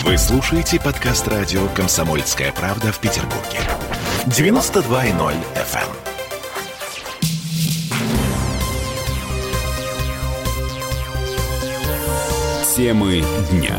Вы слушаете подкаст радио «Комсомольская правда» в Петербурге. 92.0 FM. Темы дня.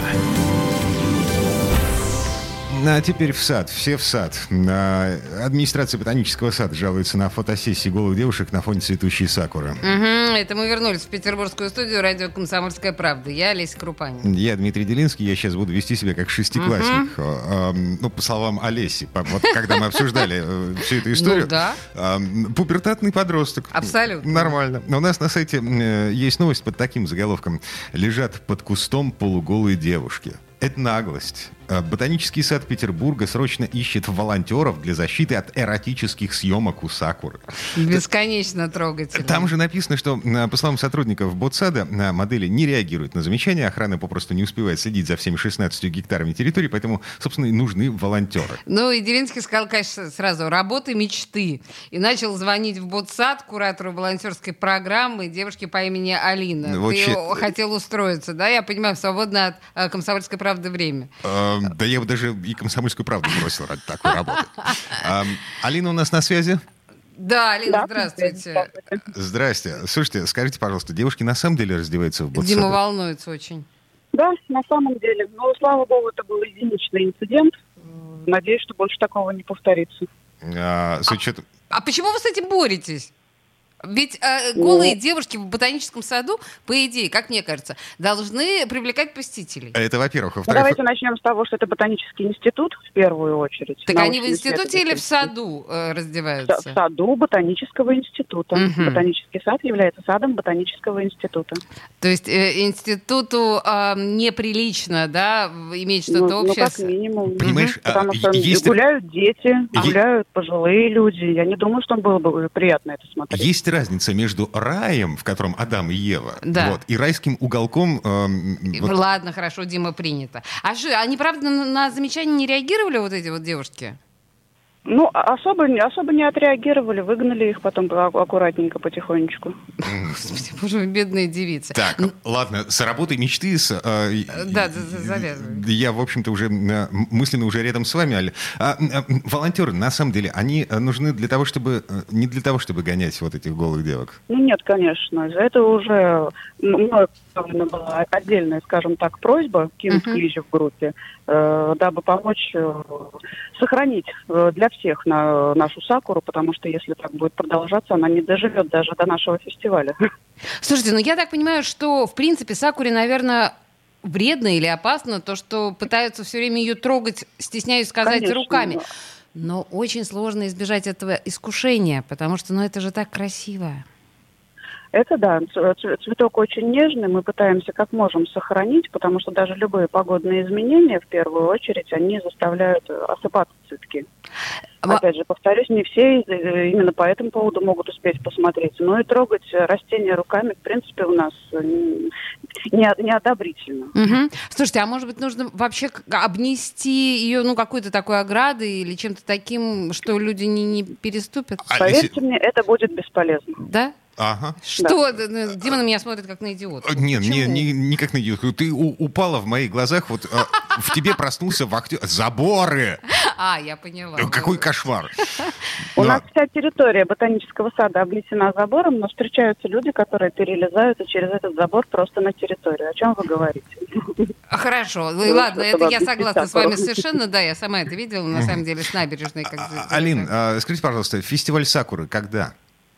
А теперь в сад. Все в сад. Администрация ботанического сада жалуется на фотосессии голых девушек на фоне цветущей сакуры. Это мы вернулись в петербургскую студию радио «Комсомольская правда». Я Олеся Крупанин. Я Дмитрий Делинский. Я сейчас буду вести себя как шестиклассник. По словам Олеси. Вот когда мы обсуждали всю эту историю. Пубертатный подросток. Абсолютно. Нормально. У нас на сайте есть новость под таким заголовком: «Лежат под кустом полуголые девушки». Это наглость. Ботанический сад Петербурга срочно ищет волонтеров для защиты от эротических съемок у сакуры. Бесконечно трогательно. Там же написано, что, по словам сотрудников ботсада, модели не реагируют на замечания, охрана попросту не успевает следить за всеми 16 гектарами территории, поэтому, собственно, и нужны волонтеры. Ну и Делинский сказал, конечно, сразу: работы мечты. И начал звонить в ботсад, куратору волонтерской программы, девушке по имени Алина. Вот Ты хотел устроиться, да? Я понимаю, в свободное от «Комсомольской правды» время. Да я бы даже и «Комсомольскую правду» бросил ради такой работы. Алина у нас на связи? Да, Алина, здравствуйте. Здрасте. Слушайте, скажите, пожалуйста, девушки на самом деле раздеваются в ботсаде? Дима волнуется очень. Да, на самом деле. Но, слава богу, это был единичный инцидент. Надеюсь, что больше такого не повторится. С учетом... А почему вы с этим боретесь? Ведь голые девушки в ботаническом саду, по идее, как мне кажется, должны привлекать посетителей. Это, во-первых. Во-вторых... Давайте начнем с того, что это ботанический институт, в первую очередь. Так они в институте или в саду раздеваются? В саду ботанического института. Ботанический сад является садом ботанического института. То есть институту неприлично, да, иметь что-то общее? Ну, как минимум. Понимаешь, потому что гуляют дети, гуляют пожилые люди. Я не думаю, что было бы приятно это смотреть. Есть разница между раем, в котором Адам и Ева, да, и райским уголком... Ладно, хорошо, Дима, принято. Они, правда, на замечания не реагировали, вот эти вот девушки? Ну, особо не отреагировали, выгнали их потом аккуратненько, потихонечку. Господи, боже мой, бедные девицы. Так, ладно, с работой мечты... Да, завязывай. Я, в общем-то, уже мысленно уже рядом с вами, Аля. Волонтеры, на самом деле, они нужны для того, чтобы... Не для того, чтобы гонять вот этих голых девок. Ну, нет, конечно. За это уже мною была отдельная, скажем так, просьба кинуть клич в группе, дабы помочь сохранить для всех нашу сакуру, потому что если так будет продолжаться, она не доживет даже до нашего фестиваля. Слушайте, ну я так понимаю, что в принципе сакуре, наверное, вредно или опасно то, что пытаются все время ее трогать, стесняюсь сказать, конечно, руками. Но очень сложно избежать этого искушения, потому что, это же так красиво. Это да, цветок очень нежный, мы пытаемся как можем сохранить, потому что даже любые погодные изменения, в первую очередь, они заставляют осыпаться цветки. Опять же, повторюсь, не все именно по этому поводу могут успеть посмотреть, но и трогать растения руками, в принципе, у нас неодобрительно. Слушайте, а может быть нужно вообще обнести ее, какой-то такой оградой или чем-то таким, что люди не переступят? Поверьте мне, это будет бесполезно. Да? Ага. Что? Да. Дима на меня смотрит как на идиота. Нет, не как на идиотку. Ты упала в моих глазах, в тебе проснулся вахтер. Заборы! Я поняла. Какой кошмар. У нас вся территория ботанического сада обнесена забором, но встречаются люди, которые перелезают через этот забор просто на территорию. О чем вы говорите? Хорошо. Ладно, это я согласна с вами совершенно. Да, я сама это видела, на самом деле, с набережной. Алин, скажите, пожалуйста, фестиваль сакуры когда?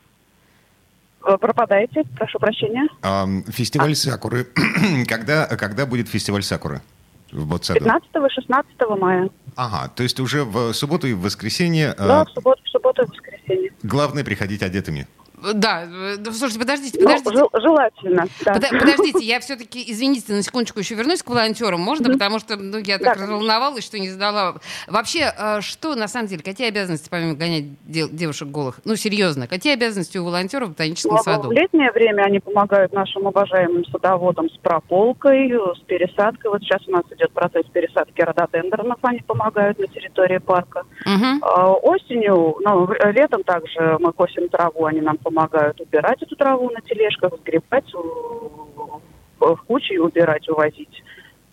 Пропадаете, прошу прощения. Фестиваль сакуры. Когда будет фестиваль сакуры в ботсаду? 15-16 мая. Ага, то есть уже в субботу и в воскресенье. Да, в субботу и воскресенье. Главное приходить одетыми. Да, слушайте, подождите. Желательно, да. Подождите, я все-таки, извините, на секундочку еще вернусь к волонтерам. Можно? Потому что я так разволновалась, что не задала. Вообще, что на самом деле, какие обязанности, помимо гонять девушек голых? Серьезно, какие обязанности у волонтеров в ботаническом саду? В летнее время они помогают нашим обожаемым садоводам с прополкой, с пересадкой. Вот сейчас у нас идет процесс пересадки рододендронов, они помогают на территории парка. Осенью, летом также мы косим траву, они нам помогают убирать эту траву на тележках, сгребать в кучу и убирать, увозить.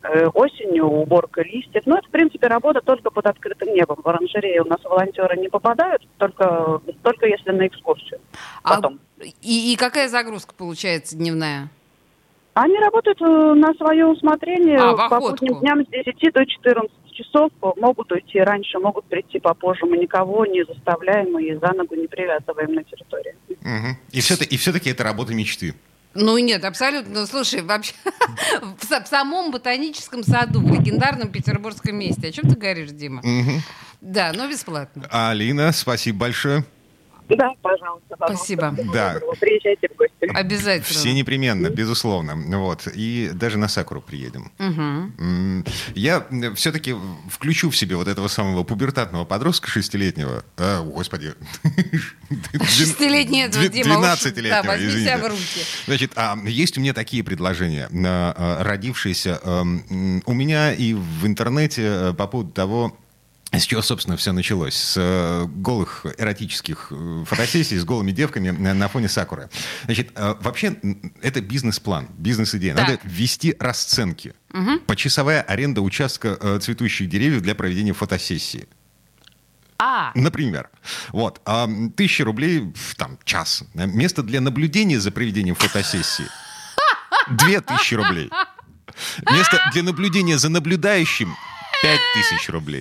осенью уборка листьев. Но это, в принципе, работа только под открытым небом. В оранжерее у нас волонтеры не попадают, только если на экскурсию. Потом. И какая загрузка получается дневная? Они работают на свое усмотрение по будним дням с 10 до 14 часов. Могут уйти раньше, могут прийти попозже. Мы никого не заставляем и за ногу не привязываем на территории. Угу. И все-таки это работа мечты. Ну нет, абсолютно. Слушай, вообще в самом ботаническом саду, в легендарном петербургском месте. О чем ты говоришь, Дима? Угу. Да, но бесплатно. Алина, спасибо большое. Да, пожалуйста. Спасибо. Да. Приезжайте в гости. Обязательно. Все непременно, безусловно. Вот. И даже на Сакуру приедем. Угу. Я все-таки включу в себе вот этого самого пубертатного подростка 6-летнего. Господи. 6-летний этого, Дима. 12-летнего, Да, возьми извините. себя в руки. Значит, есть у меня такие предложения, родившиеся у меня и в интернете по поводу того, с чего, собственно, все началось? С голых эротических фотосессий с голыми девками на фоне сакуры. Значит, вообще, это бизнес-план, бизнес-идея. Надо ввести расценки. Угу. Почасовая аренда участка цветущих деревьев для проведения фотосессии. Например, 1000 рублей там, час. Место для наблюдения за проведением фотосессии 2000 рублей. Место для наблюдения за наблюдающим 5000 рублей.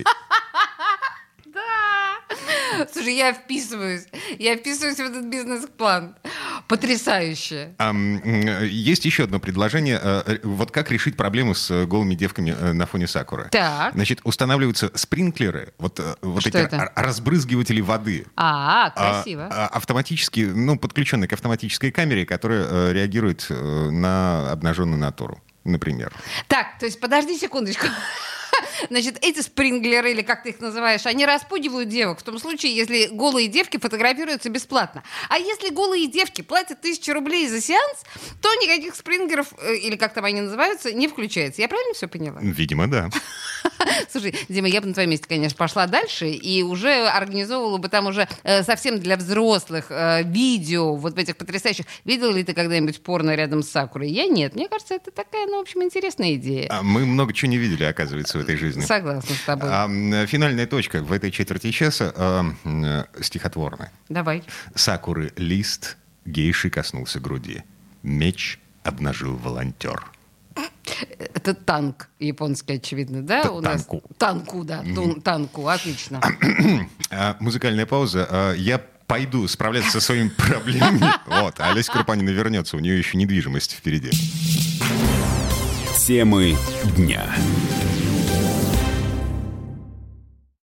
Слушай, я вписываюсь в этот бизнес-план. Потрясающе. Есть еще одно предложение. Вот как решить проблему с голыми девками на фоне сакуры. Так. Значит, устанавливаются спринклеры, вот эти это? разбрызгиватели воды. Красиво. Автоматически, подключенные к автоматической камере, которая реагирует на обнаженную натуру, например. Так, то есть подожди секундочку. Значит, эти спринглеры, или как ты их называешь, они распугивают девок в том случае, если голые девки фотографируются бесплатно. А если голые девки платят 1000 рублей за сеанс, то никаких спринглеров, или как там они называются, не включается. Я правильно все поняла? Видимо, да. Слушай, Дима, я бы на твоем месте, конечно, пошла дальше и уже организовывала бы там уже совсем для взрослых видео вот в этих потрясающих. Видел ли ты когда-нибудь порно рядом с сакурой? Я нет. Мне кажется, это такая, в общем, интересная идея. Мы много чего не видели, оказывается, в этой жизни. Согласна с тобой. Финальная точка в этой четверти часа стихотворная. Давай. Сакуры лист, гейши коснулся груди. Меч обнажил волонтер. Это танк японский, очевидно, да? У нас? Танку, да. Танку, отлично. Музыкальная пауза. Я пойду справляться со своими проблемами. А Олеся Крупанина вернется. У нее еще недвижимость впереди. Темы дня.